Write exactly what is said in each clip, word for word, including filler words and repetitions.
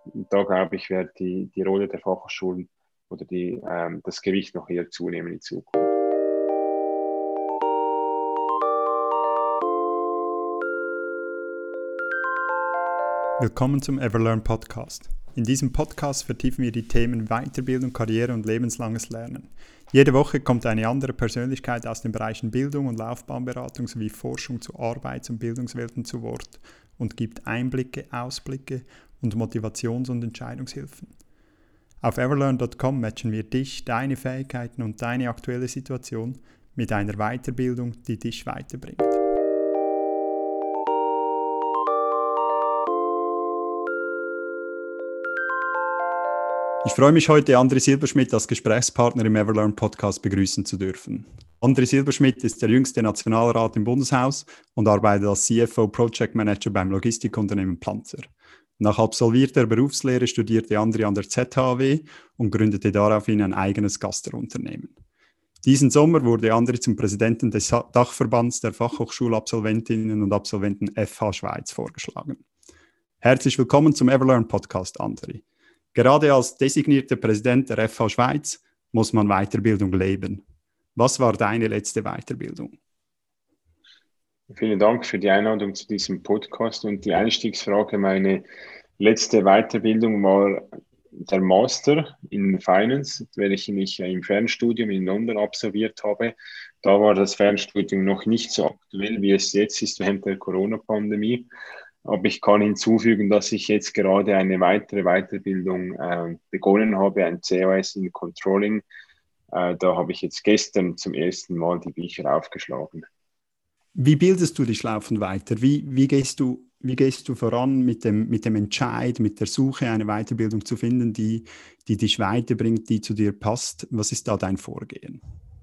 da glaube ich, wird die, die Rolle der Fachhochschulen oder die, ähm, das Gewicht noch eher zunehmen in Zukunft. Willkommen zum Everlearn Podcast. In diesem Podcast vertiefen wir die Themen Weiterbildung, Karriere und lebenslanges Lernen. Jede Woche kommt eine andere Persönlichkeit aus den Bereichen Bildung und Laufbahnberatung sowie Forschung zu Arbeits- und Bildungswelten zu Wort und gibt Einblicke, Ausblicke und Motivations- und Entscheidungshilfen. Auf everlearn Punkt com matchen wir dich, deine Fähigkeiten und deine aktuelle Situation mit einer Weiterbildung, die dich weiterbringt. Ich freue mich heute, André Silberschmidt als Gesprächspartner im Everlearn Podcast begrüßen zu dürfen. André Silberschmidt ist der jüngste Nationalrat im Bundeshaus und arbeitet als C F O Project Manager beim Logistikunternehmen Planzer. Nach absolvierter Berufslehre studierte André an der Z H W und gründete daraufhin ein eigenes Gasterunternehmen. Diesen Sommer wurde André zum Präsidenten des Dachverbands der Fachhochschulabsolventinnen und Absolventen F H Schweiz vorgeschlagen. Herzlich willkommen zum Everlearn Podcast, André. Gerade als designierter Präsident der F H Schweiz muss man Weiterbildung leben. Was war deine letzte Weiterbildung? Vielen Dank für die Einladung zu diesem Podcast und die Einstiegsfrage. Meine letzte Weiterbildung war der Master in Finance, welchen ich im Fernstudium in London absolviert habe. Da war das Fernstudium noch nicht so aktuell, wie es jetzt ist während der Corona-Pandemie. Aber ich kann hinzufügen, dass ich jetzt gerade eine weitere Weiterbildung äh, begonnen habe, ein C O S in Controlling. Äh, da habe ich jetzt gestern zum ersten Mal die Bücher aufgeschlagen. Wie bildest du dich laufend weiter? Wie, wie, gehst du, wie gehst du voran mit dem, mit dem Entscheid, mit der Suche, eine Weiterbildung zu finden, die, die dich weiterbringt, die zu dir passt? Was ist da dein Vorgehen?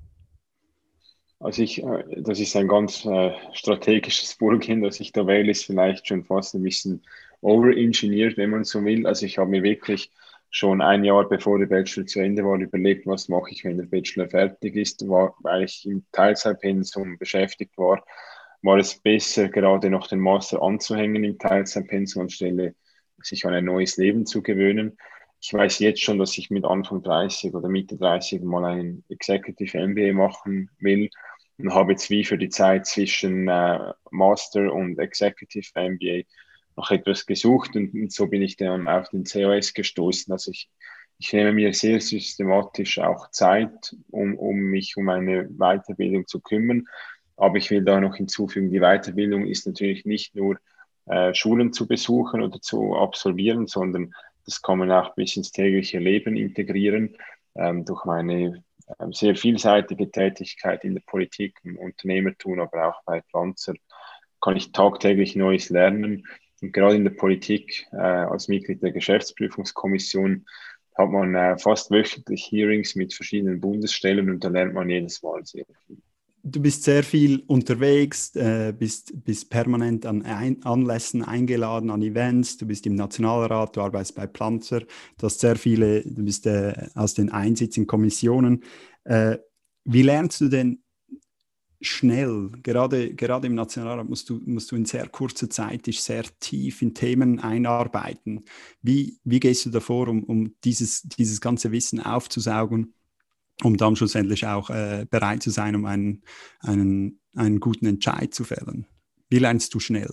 Also ich, das ist ein ganz äh, strategisches Vorgehen, das ich da wähle, ist vielleicht schon fast ein bisschen overengineert, wenn man so will. Also ich habe mir wirklich schon ein Jahr bevor der Bachelor zu Ende war überlegt, was mache ich, wenn der Bachelor fertig ist. War, weil ich im Teilzeitpensum beschäftigt war, war es besser, gerade noch den Master anzuhängen im Teilzeitpensum, anstelle sich an ein neues Leben zu gewöhnen. Ich weiß jetzt schon, dass ich mit Anfang dreißig oder Mitte dreißig mal einen Executive M B A machen will. Und habe jetzt wie für die Zeit zwischen äh, Master und Executive M B A noch etwas gesucht und, und so bin ich dann auf den C O S gestoßen. Also ich, ich nehme mir sehr systematisch auch Zeit, um, um mich um eine Weiterbildung zu kümmern. Aber ich will da noch hinzufügen, die Weiterbildung ist natürlich nicht nur äh, Schulen zu besuchen oder zu absolvieren, sondern das kann man auch bis ins tägliche Leben integrieren. Ähm, durch meine sehr vielseitige Tätigkeit in der Politik, im Unternehmertum, aber auch bei Planzer kann ich tagtäglich Neues lernen. Und gerade in der Politik, äh, als Mitglied der Geschäftsprüfungskommission, hat man äh, fast wöchentlich Hearings mit verschiedenen Bundesstellen und da lernt man jedes Mal sehr viel. Du bist sehr viel unterwegs, äh, bist, bist permanent an ein Anlässen eingeladen, an Events, du bist im Nationalrat, du arbeitest bei Planzer, du hast sehr viele, du bist äh, aus den Einsitz in Kommissionen. Äh, wie lernst du denn schnell, gerade, gerade im Nationalrat musst du, musst du in sehr kurzer Zeit dich sehr tief in Themen einarbeiten. Wie, wie gehst du davor, um, um dieses, dieses ganze Wissen aufzusaugen, um dann schlussendlich auch äh, bereit zu sein, um einen, einen, einen guten Entscheid zu fällen? Wie lernst du schnell?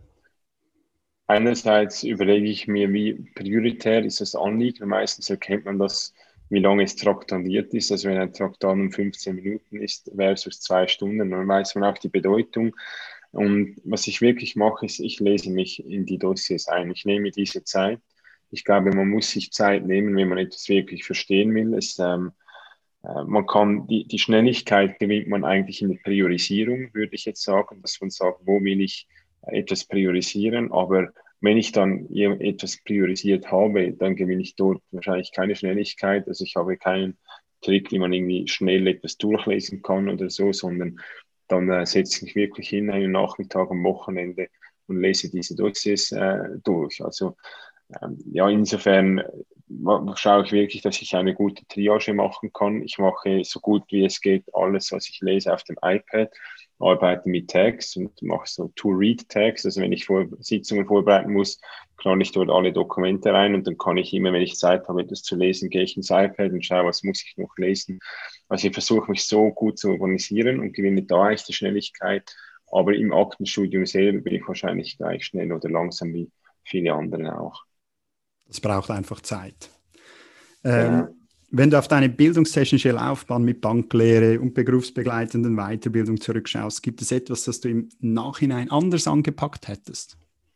Einerseits überlege ich mir, wie prioritär ist das Anliegen. Meistens erkennt man das, wie lange es traktandiert ist. Also wenn ein Traktat um fünfzehn Minuten ist versus zwei Stunden, dann weiß man auch die Bedeutung. Und was ich wirklich mache, ist, ich lese mich in die Dossiers ein. Ich nehme diese Zeit. Ich glaube, man muss sich Zeit nehmen, wenn man etwas wirklich verstehen will. Es, ähm, äh, man kann die, die Schnelligkeit gewinnt man eigentlich in der Priorisierung, würde ich jetzt sagen, dass man sagt, wo will ich etwas priorisieren, aber wenn ich dann etwas priorisiert habe, dann gewinne ich dort wahrscheinlich keine Schnelligkeit. Also ich habe keinen Trick, wie man irgendwie schnell etwas durchlesen kann oder so, sondern dann äh, setze ich mich wirklich hin einen Nachmittag am Wochenende und lese diese Dossiers äh, durch. Also ähm, ja, insofern schaue ich wirklich, dass ich eine gute Triage machen kann. Ich mache so gut wie es geht alles, was ich lese, auf dem iPad, arbeite mit Tags und mache so To-Read-Tags. Also wenn ich vor Sitzungen vorbereiten muss, knall ich dort alle Dokumente rein und dann kann ich immer, wenn ich Zeit habe, etwas zu lesen, gehe ich ins iPad und schaue, was muss ich noch lesen. Also ich versuche mich so gut zu organisieren und gewinne da eigentlich die Schnelligkeit. Aber im Aktenstudium selber bin ich wahrscheinlich gleich schnell oder langsam wie viele andere auch. Das braucht einfach Zeit. Ähm, Genau. wenn du auf deine bildungstechnische Laufbahn mit Banklehre und berufsbegleitenden Weiterbildung zurückschaust, gibt es etwas, das du im Nachhinein anders angepackt hättest?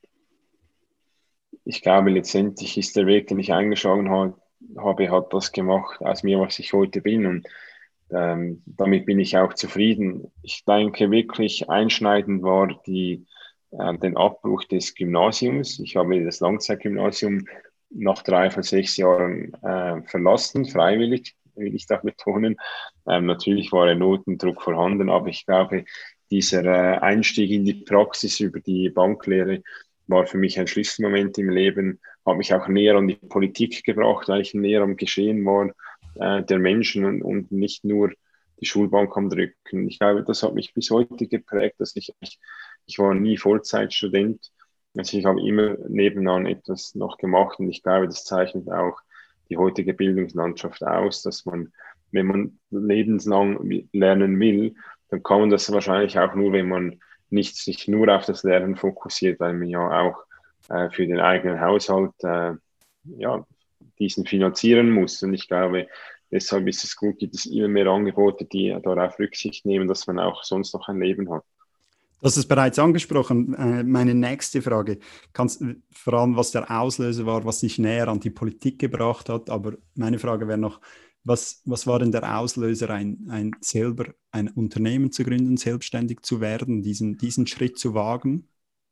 Ich glaube, letztendlich ist der Weg, den ich eingeschlagen habe, hat das gemacht aus mir, was ich heute bin. Und ähm, damit bin ich auch zufrieden. Ich denke, wirklich einschneidend war die, äh, den Abbruch des Gymnasiums. Ich habe das Langzeitgymnasium nach drei von sechs Jahren äh, verlassen, freiwillig, will ich da betonen. Ähm, natürlich war ein Notendruck vorhanden, aber ich glaube, dieser äh, Einstieg in die Praxis über die Banklehre war für mich ein Schlüsselmoment im Leben, hat mich auch näher an die Politik gebracht, weil ich näher am Geschehen war äh, der Menschen und, und nicht nur die Schulbank am Drücken. Ich glaube, das hat mich bis heute geprägt, dass ich, ich, ich war nie Vollzeitstudent, also ich habe immer nebenan etwas noch gemacht und ich glaube, das zeichnet auch die heutige Bildungslandschaft aus, dass man, wenn man lebenslang lernen will, dann kann man das wahrscheinlich auch nur, wenn man nicht sich nur auf das Lernen fokussiert, weil man ja auch äh, für den eigenen Haushalt äh, ja, diesen finanzieren muss. Und ich glaube, deshalb ist es gut, gibt es immer mehr Angebote, die darauf Rücksicht nehmen, dass man auch sonst noch ein Leben hat. Du hast es bereits angesprochen. Äh, meine nächste Frage, kannst, vor allem was der Auslöser war, was dich näher an die Politik gebracht hat, aber meine Frage wäre noch, was, was war denn der Auslöser, ein, ein selber ein Unternehmen zu gründen, selbstständig zu werden, diesen, diesen Schritt zu wagen?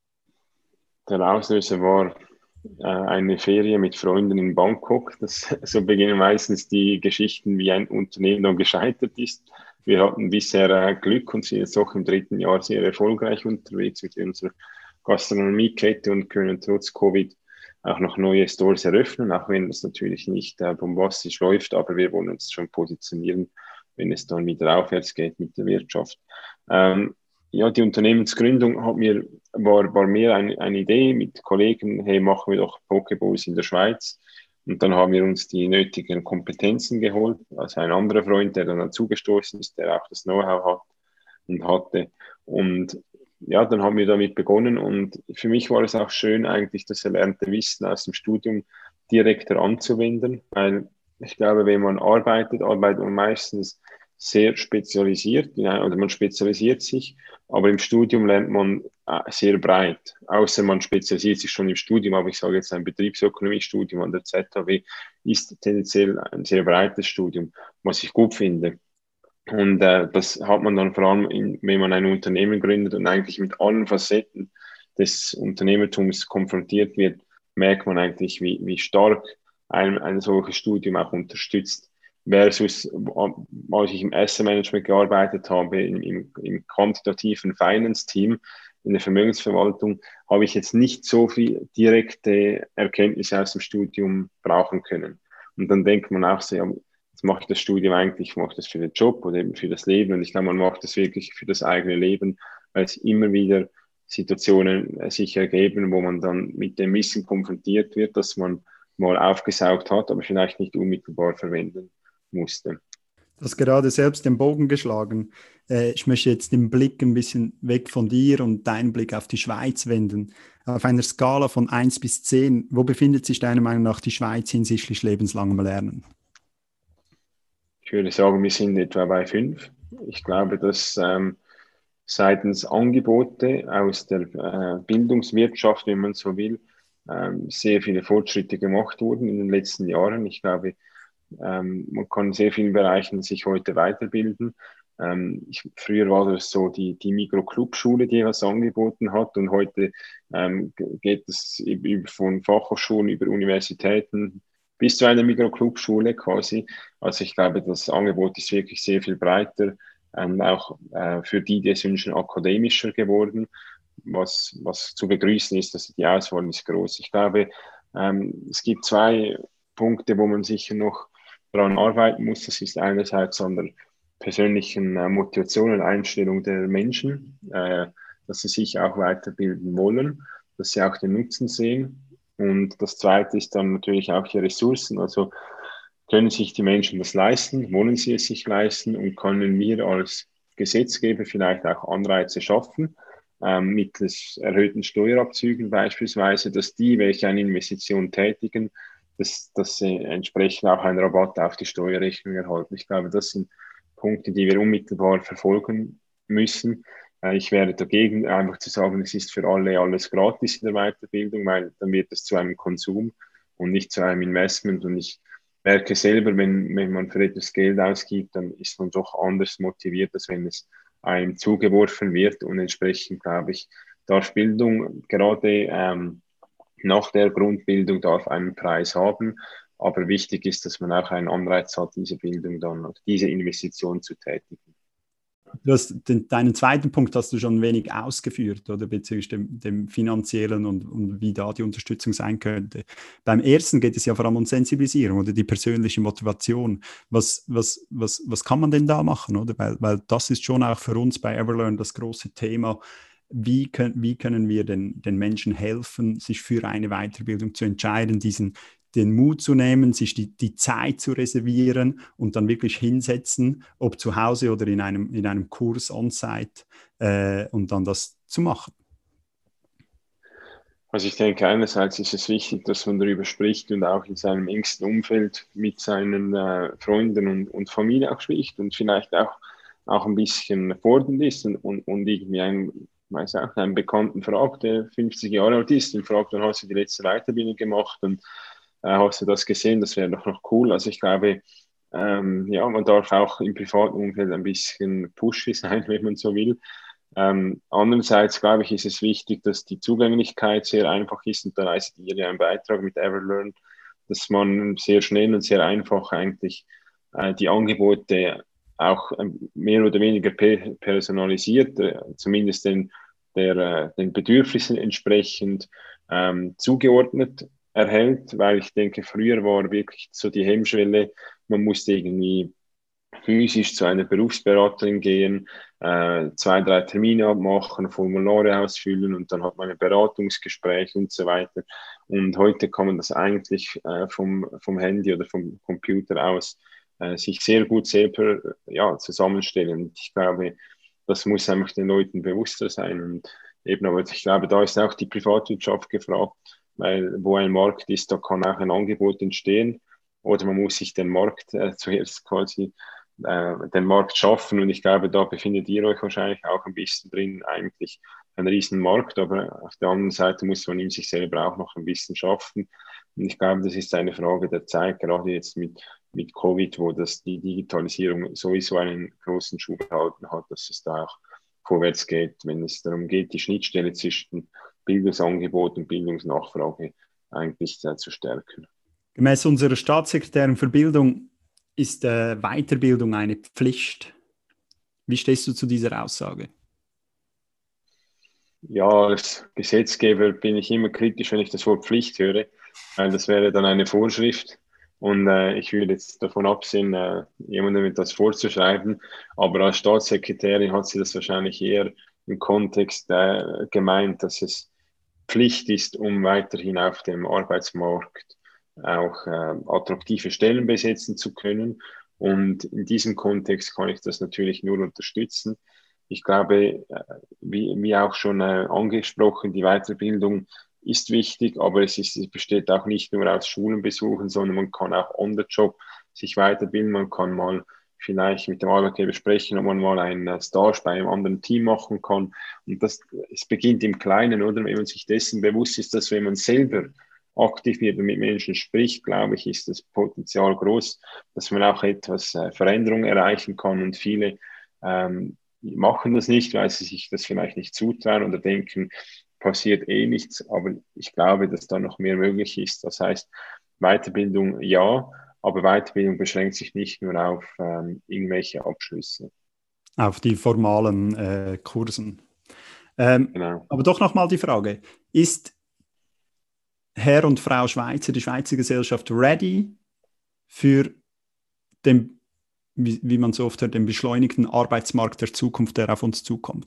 Der Auslöser war äh, eine Ferie mit Freunden in Bangkok. Das, so beginnen meistens die Geschichten, wie ein Unternehmen dann gescheitert ist. Wir hatten bisher äh, Glück und sind jetzt auch im dritten Jahr sehr erfolgreich unterwegs mit unserer Gastronomiekette und können trotz Covid auch noch neue Stores eröffnen, auch wenn das natürlich nicht äh, bombastisch läuft, aber wir wollen uns schon positionieren, wenn es dann wieder aufwärts geht mit der Wirtschaft. Ähm, ja, die Unternehmensgründung hat mir, war, war mehr ein, eine Idee mit Kollegen, hey, machen wir doch Pokeballs in der Schweiz. Und dann haben wir uns die nötigen Kompetenzen geholt. Also ein anderer Freund, der dann dazugestoßen ist, der auch das Know-how hat und hatte. Und ja, dann haben wir damit begonnen. Und für mich war es auch schön, eigentlich das erlernte Wissen aus dem Studium direkter anzuwenden, weil ich glaube, wenn man arbeitet, arbeitet man meistens sehr spezialisiert, ja, oder man spezialisiert sich, aber im Studium lernt man äh, sehr breit, außer man spezialisiert sich schon im Studium, aber ich sage jetzt ein Betriebsökonomiestudium an der Z H W ist tendenziell ein sehr breites Studium, was ich gut finde. Und äh, das hat man dann vor allem, in, wenn man ein Unternehmen gründet und eigentlich mit allen Facetten des Unternehmertums konfrontiert wird, merkt man eigentlich, wie, wie stark ein, ein solches Studium auch unterstützt. Versus, als ich im Asset Management gearbeitet habe, im, im, im quantitativen Finance-Team, in der Vermögensverwaltung, habe ich jetzt nicht so viel direkte Erkenntnisse aus dem Studium brauchen können. Und dann denkt man auch so, ja, jetzt mache ich das Studium eigentlich, mache ich das für den Job oder eben für das Leben. Und ich glaube, man macht das wirklich für das eigene Leben, weil es immer wieder Situationen sich ergeben, wo man dann mit dem Wissen konfrontiert wird, dass man mal aufgesaugt hat, aber vielleicht nicht unmittelbar verwenden musste. Du hast gerade selbst den Bogen geschlagen. Äh, ich möchte jetzt den Blick ein bisschen weg von dir und deinen Blick auf die Schweiz wenden. Auf einer Skala von eins bis zehn, wo befindet sich deiner Meinung nach die Schweiz hinsichtlich lebenslangem Lernen? Ich würde sagen, wir sind etwa bei fünf. Ich glaube, dass ähm, seitens Angebote aus der äh, Bildungswirtschaft, wenn man so will, ähm, sehr viele Fortschritte gemacht wurden in den letzten Jahren. Ich glaube, ähm, man kann in sehr vielen Bereichen sich heute weiterbilden. Ähm, ich, früher war das so die, die Mikro-Clubschule, die was angeboten hat, und heute ähm, geht es über, von Fachhochschulen über Universitäten bis zu einer Mikro-Clubschule quasi. Also ich glaube, das Angebot ist wirklich sehr viel breiter, ähm, auch äh, für die, die es wünschen, akademischer geworden, was, was zu begrüßen ist, dass die Auswahl ist groß. Ich glaube, ähm, es gibt zwei Punkte, wo man sicher noch daran arbeiten muss. Das ist einerseits an der persönlichen äh, Motivation und Einstellung der Menschen, äh, dass sie sich auch weiterbilden wollen, dass sie auch den Nutzen sehen. Und das Zweite ist dann natürlich auch die Ressourcen. Also können sich die Menschen das leisten? Wollen sie es sich leisten? Und können wir als Gesetzgeber vielleicht auch Anreize schaffen, ähm, mittels erhöhten Steuerabzügen beispielsweise, dass die, welche eine Investition tätigen, dass, dass sie entsprechend auch einen Rabatt auf die Steuerrechnung erhalten. Ich glaube, das sind Punkte, die wir unmittelbar verfolgen müssen. Äh, ich wäre dagegen, einfach zu sagen, es ist für alle alles gratis in der Weiterbildung, weil dann wird es zu einem Konsum und nicht zu einem Investment. Und ich merke selber, wenn, wenn man für etwas Geld ausgibt, dann ist man doch anders motiviert, als wenn es einem zugeworfen wird. Und entsprechend, glaube ich, darf Bildung gerade ähm, nach der Grundbildung darf einen Preis haben. Aber wichtig ist, dass man auch einen Anreiz hat, diese Bildung dann, diese Investition zu tätigen. Du hast den, deinen zweiten Punkt hast du schon ein wenig ausgeführt, oder bezüglich dem, dem finanziellen und, und wie da die Unterstützung sein könnte. Beim ersten geht es ja vor allem um Sensibilisierung oder die persönliche Motivation. Was, was, was, was kann man denn da machen, oder? Weil, weil das ist schon auch für uns bei Everlearn das große Thema. Wie können, wie können wir den, den Menschen helfen, sich für eine Weiterbildung zu entscheiden, diesen den Mut zu nehmen, sich die, die Zeit zu reservieren und dann wirklich hinsetzen, ob zu Hause oder in einem, in einem Kurs on-site äh, und dann das zu machen? Also ich denke, einerseits ist es wichtig, dass man darüber spricht und auch in seinem engsten Umfeld mit seinen äh, Freunden und, und Familie auch spricht und vielleicht auch, auch ein bisschen fordernd ist und, und, und irgendwie einen, weiß auch, einen Bekannten fragt, der fünfzig Jahre alt ist und fragt, dann hast du die letzte Weiterbildung gemacht und äh, hast du das gesehen? Das wäre doch noch cool. Also ich glaube, ähm, ja, man darf auch im privaten Umfeld ein bisschen pushy sein, wenn man so will. Ähm, andererseits, glaube ich, ist es wichtig, dass die Zugänglichkeit sehr einfach ist und da leistet ihr ja einen Beitrag mit Everlearn, dass man sehr schnell und sehr einfach eigentlich äh, die Angebote auch ähm, mehr oder weniger pe personalisiert, äh, zumindest den, der, äh, den Bedürfnissen entsprechend ähm, zugeordnet erhält, weil ich denke, früher war wirklich so die Hemmschwelle, man musste irgendwie physisch zu einer Berufsberaterin gehen, äh, zwei, drei Termine abmachen, Formulare ausfüllen und dann hat man ein Beratungsgespräch und so weiter. Und heute kann man das eigentlich äh, vom, vom Handy oder vom Computer aus äh, sich sehr gut selber ja, zusammenstellen. Und ich glaube, das muss einfach den Leuten bewusster sein. Und eben, aber ich glaube, da ist auch die Privatwirtschaft gefragt, weil wo ein Markt ist, da kann auch ein Angebot entstehen. Oder man muss sich den Markt äh, zuerst quasi äh, den Markt schaffen. Und ich glaube, da befindet ihr euch wahrscheinlich auch ein bisschen drin, eigentlich ein Riesenmarkt, aber auf der anderen Seite muss man ihm sich selber auch noch ein bisschen schaffen. Und ich glaube, das ist eine Frage der Zeit, gerade jetzt mit, mit Covid, wo das die Digitalisierung sowieso einen großen Schub gehalten hat, dass es da auch vorwärts geht, wenn es darum geht, die Schnittstelle zwischen Bildungsangebot und Bildungsnachfrage eigentlich äh, zu stärken. Gemäß unserer Staatssekretärin für Bildung ist äh, Weiterbildung eine Pflicht. Wie stehst du zu dieser Aussage? Ja, als Gesetzgeber bin ich immer kritisch, wenn ich das Wort Pflicht höre, weil das wäre dann eine Vorschrift. Und äh, ich würde jetzt davon absehen, äh, jemandem etwas vorzuschreiben. Aber als Staatssekretärin hat sie das wahrscheinlich eher im Kontext äh, gemeint, dass es Pflicht ist, um weiterhin auf dem Arbeitsmarkt auch äh, attraktive Stellen besetzen zu können. Und in diesem Kontext kann ich das natürlich nur unterstützen. Ich glaube, wie, wie auch schon äh, angesprochen, die Weiterbildung ist wichtig, aber es, ist, es besteht auch nicht nur aus Schulen besuchen, sondern man kann auch on the job sich weiterbilden. Man kann mal vielleicht mit dem Arbeitgeber sprechen, ob man mal einen Stage bei einem anderen Team machen kann. Und das, es beginnt im Kleinen, oder? Wenn man sich dessen bewusst ist, dass wenn man selber aktiv wird und mit Menschen spricht, glaube ich, ist das Potenzial groß, dass man auch etwas äh, Veränderung erreichen kann. Und viele ähm, machen das nicht, weil sie sich das vielleicht nicht zutrauen oder denken, passiert eh nichts. Aber ich glaube, dass da noch mehr möglich ist. Das heißt, Weiterbildung ja, aber Weiterbildung beschränkt sich nicht nur auf ähm, irgendwelche Abschlüsse. Auf die formalen äh, Kursen. Ähm, Genau. aber doch nochmal die Frage, ist Herr und Frau Schweizer, die Schweizer Gesellschaft, ready für den, wie, wie man so oft hört, den beschleunigten Arbeitsmarkt der Zukunft, der auf uns zukommt?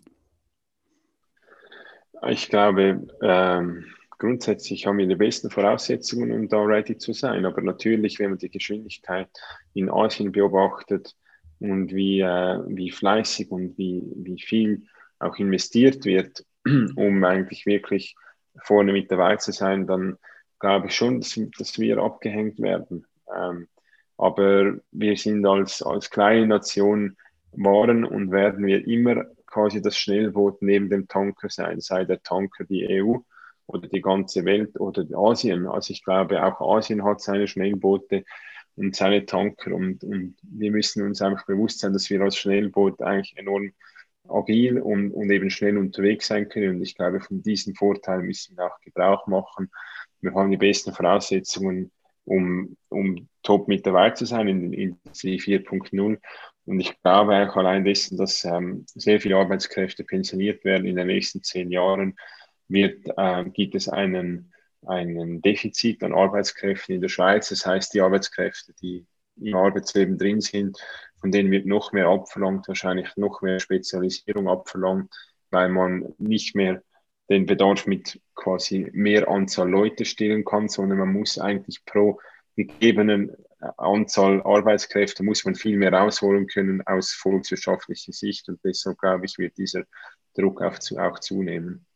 Ich glaube, ähm, grundsätzlich haben wir die besten Voraussetzungen, um da ready zu sein. Aber natürlich, wenn man die Geschwindigkeit in Asien beobachtet und wie, äh, wie fleißig und wie, wie viel auch investiert wird, um eigentlich wirklich vorne mit dabei zu sein, dann glaube ich schon, dass, dass wir abgehängt werden. Ähm, aber wir sind als, als kleine Nation waren und werden wir immer quasi das Schnellboot neben dem Tanker sein, sei der Tanker die E U oder die ganze Welt oder Asien. Also ich glaube, auch Asien hat seine Schnellboote und seine Tanker und, und wir müssen uns einfach bewusst sein, dass wir als Schnellboot eigentlich enorm agil und, und eben schnell unterwegs sein können. Und ich glaube, von diesem Vorteil müssen wir auch Gebrauch machen. Wir haben die besten Voraussetzungen, um, um top mit dabei zu sein in der Industrie vier Punkt null. Und ich glaube auch allein dessen, dass ähm, sehr viele Arbeitskräfte pensioniert werden in den nächsten zehn Jahren, wird, äh, gibt es einen, einen Defizit an Arbeitskräften in der Schweiz. Das heißt, die Arbeitskräfte, die im Arbeitsleben drin sind, von denen wird noch mehr abverlangt, wahrscheinlich noch mehr Spezialisierung abverlangt, weil man nicht mehr den Bedarf mit quasi mehr Anzahl Leute stillen kann, sondern man muss eigentlich pro gegebenen Anzahl Arbeitskräfte muss man viel mehr rausholen können aus volkswirtschaftlicher Sicht und deshalb glaube ich, wird dieser Druck auch, zu, auch zunehmen.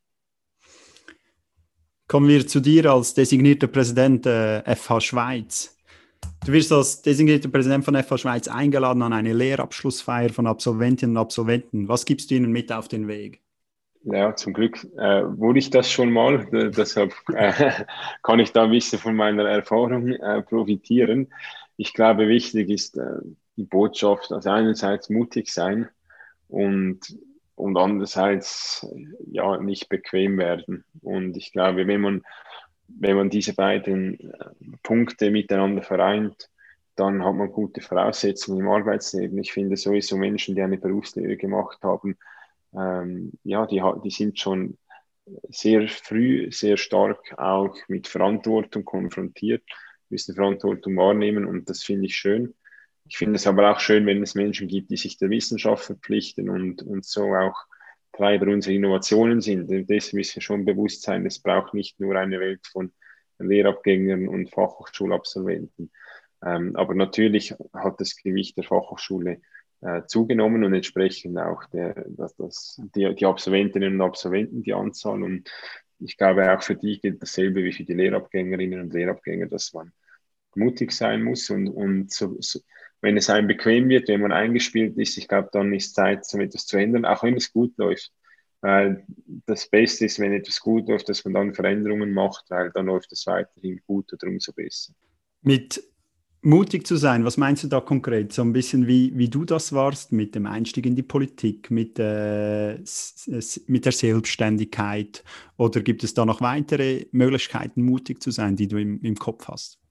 Kommen wir zu dir als designierter Präsident äh, F H Schweiz. Du wirst als designierter Präsident von F H Schweiz eingeladen an eine Lehrabschlussfeier von Absolventinnen und Absolventen. Was gibst du ihnen mit auf den Weg? Ja, zum Glück äh, wurde ich das schon mal, d- deshalb äh, kann ich da ein bisschen von meiner Erfahrung äh, profitieren. Ich glaube, wichtig ist äh, die Botschaft, also einerseits mutig sein und, und andererseits äh, ja nicht bequem werden. Und ich glaube, wenn man, wenn man diese beiden äh, Punkte miteinander vereint, dann hat man gute Voraussetzungen im Arbeitsleben. Ich finde sowieso Menschen, die eine Berufslehre gemacht haben, ähm, ja, die, die sind schon sehr früh, sehr stark auch mit Verantwortung konfrontiert, müssen Verantwortung wahrnehmen und das finde ich schön. Ich finde es aber auch schön, wenn es Menschen gibt, die sich der Wissenschaft verpflichten und, und so auch Treiber unserer Innovationen sind. Denn dessen müssen wir schon bewusst sein, es braucht nicht nur eine Welt von Lehrabgängern und Fachhochschulabsolventen. Ähm, aber natürlich hat das Gewicht der Fachhochschule äh, zugenommen und entsprechend auch der, das, das, die, die Absolventinnen und Absolventen, die Anzahl. Und ich glaube, auch für die gilt dasselbe wie für die Lehrabgängerinnen und Lehrabgänger, dass man mutig sein muss und, und so, so, wenn es einem bequem wird, wenn man eingespielt ist, ich glaube, dann ist Zeit, um etwas zu ändern, auch wenn es gut läuft. Weil das Beste ist, wenn etwas gut läuft, dass man dann Veränderungen macht, weil dann läuft es weiterhin gut oder umso besser. Mit mutig zu sein, was meinst du da konkret? So ein bisschen wie, wie du das warst mit dem Einstieg in die Politik, mit, äh, mit der Selbstständigkeit? Oder gibt es da noch weitere Möglichkeiten, mutig zu sein, die du im, im Kopf hast?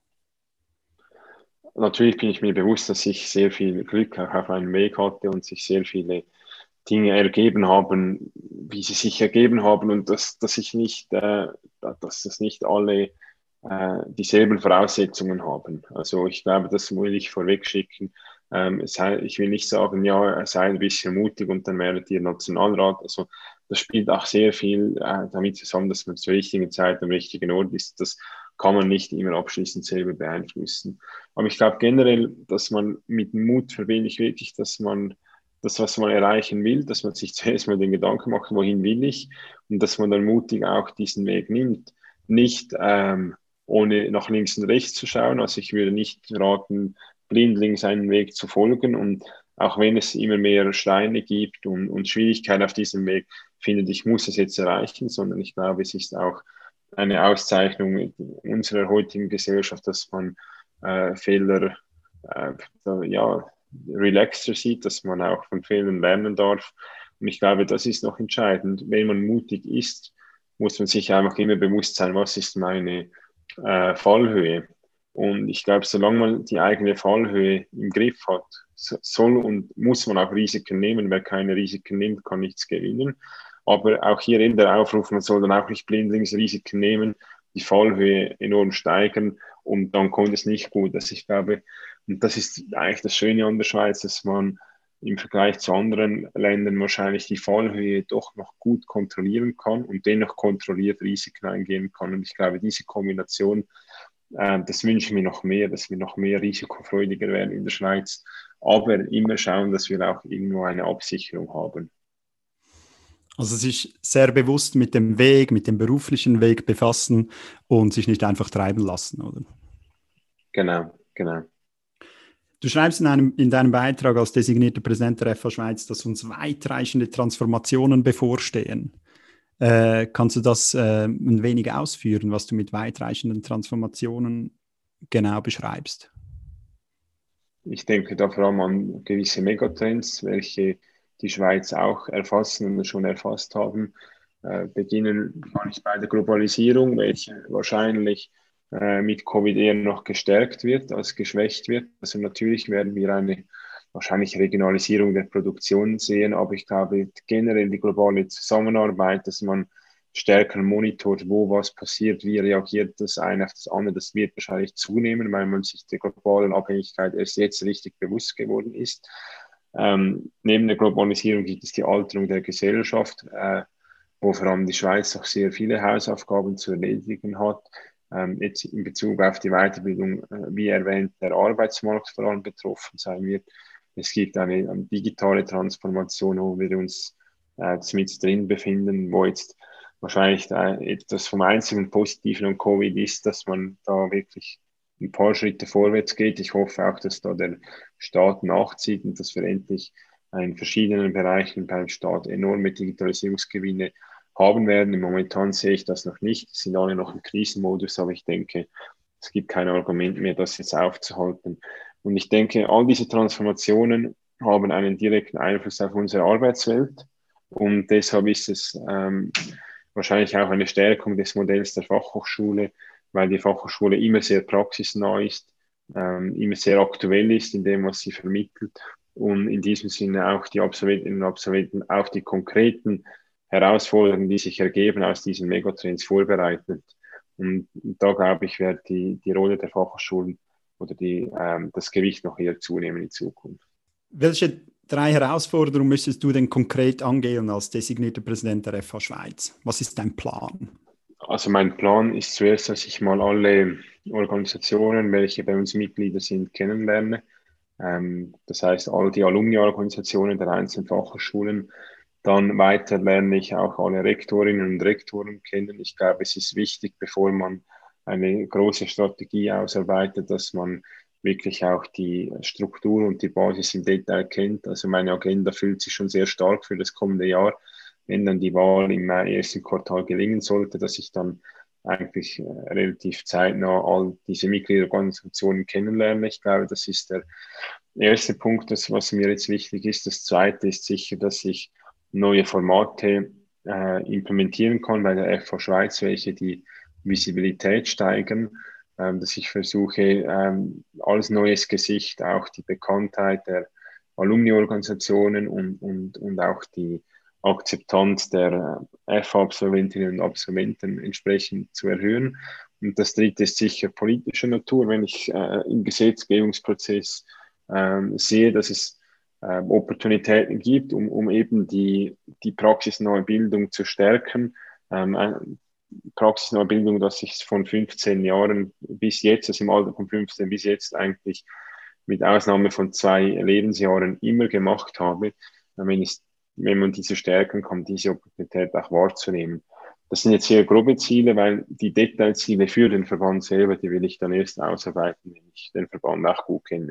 Natürlich bin ich mir bewusst, dass ich sehr viel Glück auch auf einem Weg hatte und sich sehr viele Dinge ergeben haben, wie sie sich ergeben haben und dass, dass ich nicht, äh, dass das nicht alle äh, dieselben Voraussetzungen haben. Also ich glaube, das will ich vorweg schicken. Ähm, es sei, ich will nicht sagen, ja, sei ein bisschen mutig und dann werdet ihr Nationalrat. Also das spielt auch sehr viel äh, damit zusammen, dass man zur richtigen Zeit am richtigen Ort ist. Das kann man nicht immer abschließend selber beeinflussen. Aber ich glaube generell, dass man mit Mut verbinde ich wirklich, dass man das, was man erreichen will, dass man sich zuerst mal den Gedanken macht, wohin will ich und dass man dann mutig auch diesen Weg nimmt. Nicht ähm, ohne nach links und rechts zu schauen. Also ich würde nicht raten, blindlings einen Weg zu folgen. Und auch wenn es immer mehr Steine gibt und, und Schwierigkeiten auf diesem Weg, finde ich, muss es jetzt erreichen, sondern ich glaube, es ist auch eine Auszeichnung unserer heutigen Gesellschaft, dass man äh, Fehler äh, ja, relaxter sieht, dass man auch von Fehlern lernen darf. Und ich glaube, das ist noch entscheidend. Wenn man mutig ist, muss man sich einfach immer bewusst sein, was ist meine äh, Fallhöhe. Und ich glaube, solange man die eigene Fallhöhe im Griff hat, soll und muss man auch Risiken nehmen. Wer keine Risiken nimmt, kann nichts gewinnen. Aber auch hier eben der Aufruf, man soll dann auch nicht blindlings Risiken nehmen. die Fallhöhe enorm steigern und dann kommt es nicht gut. Also ich glaube, und das ist eigentlich das Schöne an der Schweiz, dass man im Vergleich zu anderen Ländern wahrscheinlich die Fallhöhe doch noch gut kontrollieren kann und dennoch kontrolliert Risiken eingehen kann. Und ich glaube, diese Kombination, äh, das wünsche ich mir noch mehr, dass wir noch mehr risikofreudiger werden in der Schweiz, aber immer schauen, dass wir auch irgendwo eine Absicherung haben. Also sich sehr bewusst mit dem Weg, mit dem beruflichen Weg befassen und sich nicht einfach treiben lassen, oder? Genau, genau. Du schreibst in, einem, in deinem Beitrag als designierter Präsident der F A Schweiz, dass uns weitreichende Transformationen bevorstehen. Äh, kannst du das äh, ein wenig ausführen, was du mit weitreichenden Transformationen genau beschreibst? Ich denke da vor allem an gewisse Megatrends, welche die Schweiz auch erfassen und schon erfasst haben. Äh, beginnen kann ich bei der Globalisierung, welche wahrscheinlich äh, mit Covid eher noch gestärkt wird als geschwächt wird. Also natürlich werden wir eine wahrscheinlich Regionalisierung der Produktion sehen, aber ich glaube generell die globale Zusammenarbeit, dass man stärker monitort, wo was passiert, wie reagiert das eine auf das andere, das wird wahrscheinlich zunehmen, weil man sich der globalen Abhängigkeit erst jetzt richtig bewusst geworden ist. Ähm, neben der Globalisierung gibt es die Alterung der Gesellschaft, äh, wo vor allem die Schweiz auch sehr viele Hausaufgaben zu erledigen hat. Ähm, jetzt in Bezug auf die Weiterbildung, äh, wie erwähnt, der Arbeitsmarkt vor allem betroffen sein wird. Es gibt eine, eine digitale Transformation, wo wir uns äh, mit drin befinden, wo jetzt wahrscheinlich äh, etwas vom einzigen Positiven an Covid ist, dass man da wirklich ein paar Schritte vorwärts geht. Ich hoffe auch, dass da der Staat nachzieht und dass wir endlich in verschiedenen Bereichen beim Staat enorme Digitalisierungsgewinne haben werden. Im Momentan sehe ich das noch nicht. Es sind alle noch im Krisenmodus, aber ich denke, es gibt kein Argument mehr, das jetzt aufzuhalten. Und ich denke, all diese Transformationen haben einen direkten Einfluss auf unsere Arbeitswelt. Und deshalb ist es ähm, wahrscheinlich auch eine Stärkung des Modells der Fachhochschule, weil die Fachhochschule immer sehr praxisnah ist, ähm, immer sehr aktuell ist in dem, was sie vermittelt und in diesem Sinne auch die Absolventinnen und Absolventen auf die konkreten Herausforderungen, die sich ergeben aus diesen Megatrends vorbereitet. Und da glaube ich, wird die, die Rolle der Fachhochschulen oder die, ähm, das Gewicht noch eher zunehmen in Zukunft. Welche drei Herausforderungen müsstest du denn konkret angehen als designierter Präsident der F A Schweiz? Was ist dein Plan? Also mein Plan ist zuerst, dass ich mal alle Organisationen, welche bei uns Mitglieder sind, kennenlerne. Ähm, das heißt, all die Alumni-Organisationen der einzelnen Fachhochschulen. Dann weiter lerne ich auch alle Rektorinnen und Rektoren kennen. Ich glaube, es ist wichtig, bevor man eine große Strategie ausarbeitet, dass man wirklich auch die Struktur und die Basis im Detail kennt. Also meine Agenda fühlt sich schon sehr stark für das kommende Jahr, wenn dann die Wahl im ersten Quartal gelingen sollte, dass ich dann eigentlich relativ zeitnah all diese Mitgliederorganisationen kennenlerne. Ich glaube, das ist der erste Punkt, das, was mir jetzt wichtig ist. Das zweite ist sicher, dass ich neue Formate äh, implementieren kann bei der F A Schweiz, welche die Visibilität steigern, ähm, dass ich versuche, ähm, als neues Gesicht auch die Bekanntheit der Alumni-Organisationen und, und, und auch die Akzeptanz der F A-Absolventinnen und Absolventen entsprechend zu erhöhen. Und das dritte ist sicher politischer Natur. Wenn ich äh, im Gesetzgebungsprozess äh, sehe, dass es äh, Opportunitäten gibt, um, um eben die, die praxisnahe Bildung zu stärken. Ähm, praxisnahe Bildung, dass ich von fünfzehn Jahren bis jetzt, also im Alter von fünfzehn bis jetzt eigentlich mit Ausnahme von zwei Lebensjahren immer gemacht habe. Wenn, ich, wenn man diese stärken kann, diese Opportunität auch wahrzunehmen. Das sind jetzt sehr grobe Ziele, weil die Detailziele für den Verband selber, die will ich dann erst ausarbeiten, wenn ich den Verband auch gut kenne.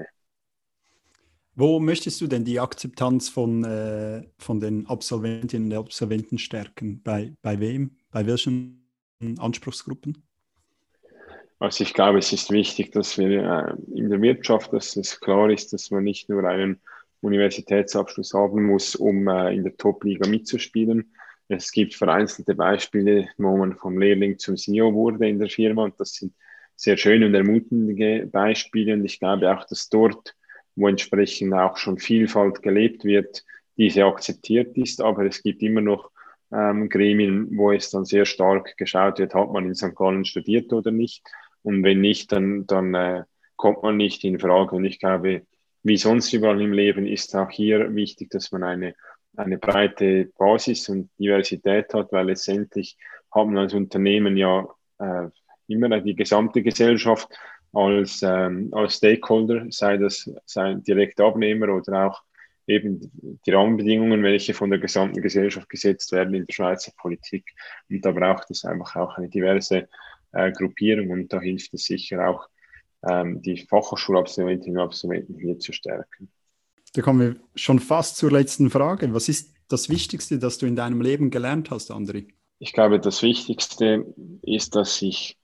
Wo möchtest du denn die Akzeptanz von, äh, von den Absolventinnen und Absolventen stärken? Bei, bei wem? Bei welchen Anspruchsgruppen? Also ich glaube, es ist wichtig, dass wir äh, in der Wirtschaft, dass es klar ist, dass man nicht nur einen Universitätsabschluss haben muss, um äh, in der Top-Liga mitzuspielen. Es gibt vereinzelte Beispiele, wo man vom Lehrling zum C E O wurde in der Firma und das sind sehr schöne und ermutigende Beispiele und ich glaube auch, dass dort, wo entsprechend auch schon Vielfalt gelebt wird, diese akzeptiert ist, aber es gibt immer noch ähm, Gremien, wo es dann sehr stark geschaut wird, hat man in Sankt Gallen studiert oder nicht. Und wenn nicht, dann, dann äh, kommt man nicht in Frage. Und ich glaube, wie sonst überall im Leben ist auch hier wichtig, dass man eine, eine breite Basis und Diversität hat, weil letztendlich haben wir als Unternehmen ja äh, immer die gesamte Gesellschaft als, ähm, als Stakeholder, sei das sei direkter Abnehmer oder auch eben die Rahmenbedingungen, welche von der gesamten Gesellschaft gesetzt werden in der Schweizer Politik. Und da braucht es einfach auch eine diverse äh, Gruppierung und da hilft es sicher auch, ähm, die Fachhochschulabsolventinnen und Absolventen hier zu stärken. Da kommen wir schon fast zur letzten Frage. Was ist das Wichtigste, das du in deinem Leben gelernt hast, André? Ich glaube, das Wichtigste ist, dass ich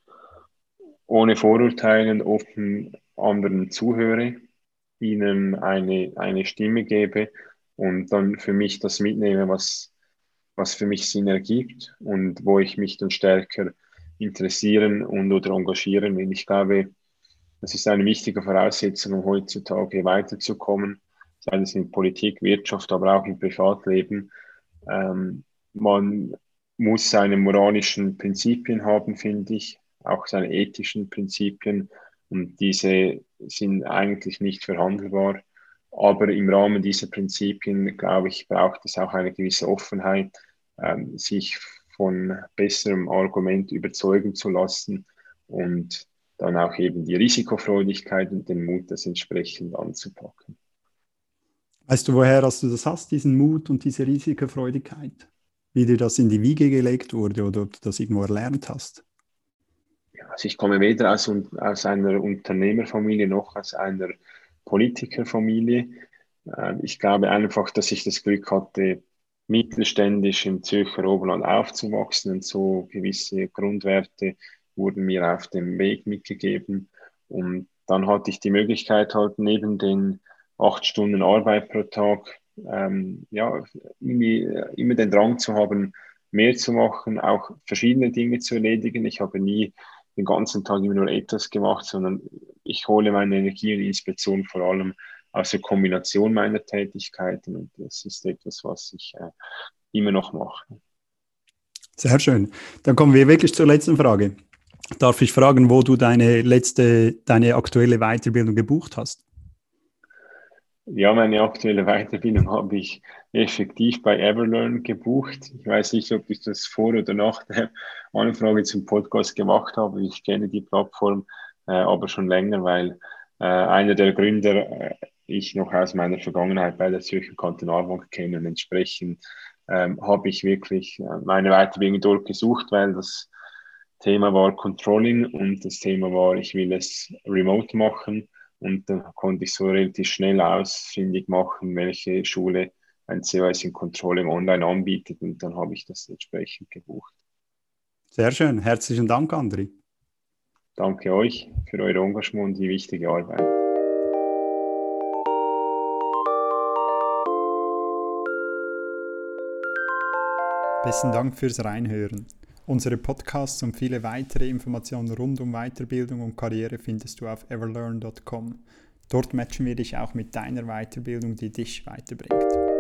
ohne Vorurteilen offen anderen zuhöre, ihnen eine, eine Stimme gebe und dann für mich das mitnehme, was, was für mich Sinn ergibt und wo ich mich dann stärker interessieren und oder engagieren will. Ich glaube, das ist eine wichtige Voraussetzung, um heutzutage weiterzukommen, sei es in Politik, Wirtschaft, aber auch im Privatleben. Ähm, man muss seine moralischen Prinzipien haben, finde ich, auch seine ethischen Prinzipien. Und diese sind eigentlich nicht verhandelbar. Aber im Rahmen dieser Prinzipien, glaube ich, braucht es auch eine gewisse Offenheit, ähm, sich von besserem Argument überzeugen zu lassen und dann auch eben die Risikofreudigkeit und den Mut, das entsprechend anzupacken. Weißt du, woher dass du das hast, diesen Mut und diese Risikofreudigkeit? Wie dir das in die Wiege gelegt wurde oder ob du das irgendwo erlernt hast? Also ich komme weder aus, aus einer Unternehmerfamilie noch aus einer Politikerfamilie. Ich glaube einfach, dass ich das Glück hatte, mittelständisch im Zürcher Oberland aufzuwachsen und so gewisse Grundwerte wurden mir auf dem Weg mitgegeben. Und dann hatte ich die Möglichkeit halt neben den acht Stunden Arbeit pro Tag, ähm, ja, irgendwie, immer den Drang zu haben, mehr zu machen, auch verschiedene Dinge zu erledigen. Ich habe nie den ganzen Tag immer nur etwas gemacht, sondern ich hole meine Energie und Inspiration vor allem aus der Kombination meiner Tätigkeiten und das ist etwas, was ich äh, immer noch mache. Sehr schön. Dann kommen wir wirklich zur letzten Frage. Darf ich fragen, wo du deine letzte, deine aktuelle Weiterbildung gebucht hast? Ja, meine aktuelle Weiterbildung habe ich effektiv bei Everlearn gebucht. Ich weiß nicht, ob ich das vor oder nach der Anfrage zum Podcast gemacht habe. Ich kenne die Plattform äh, aber schon länger, weil äh, einer der Gründer äh, ich noch aus meiner Vergangenheit bei der Zürcher Kantonalbank kenne und entsprechend ähm, habe ich wirklich äh, meine Weiterbildung dort gesucht, weil das Thema war Controlling und das Thema war, ich will es remote machen. Und dann konnte ich so relativ schnell ausfindig machen, welche Schule ein C O S in Controlling online anbietet. Und dann habe ich das entsprechend gebucht. Sehr schön. Herzlichen Dank, André. Danke euch für euer Engagement und die wichtige Arbeit. Besten Dank fürs Reinhören. Unsere Podcasts und viele weitere Informationen rund um Weiterbildung und Karriere findest du auf everlearn Punkt com. Dort matchen wir dich auch mit deiner Weiterbildung, die dich weiterbringt.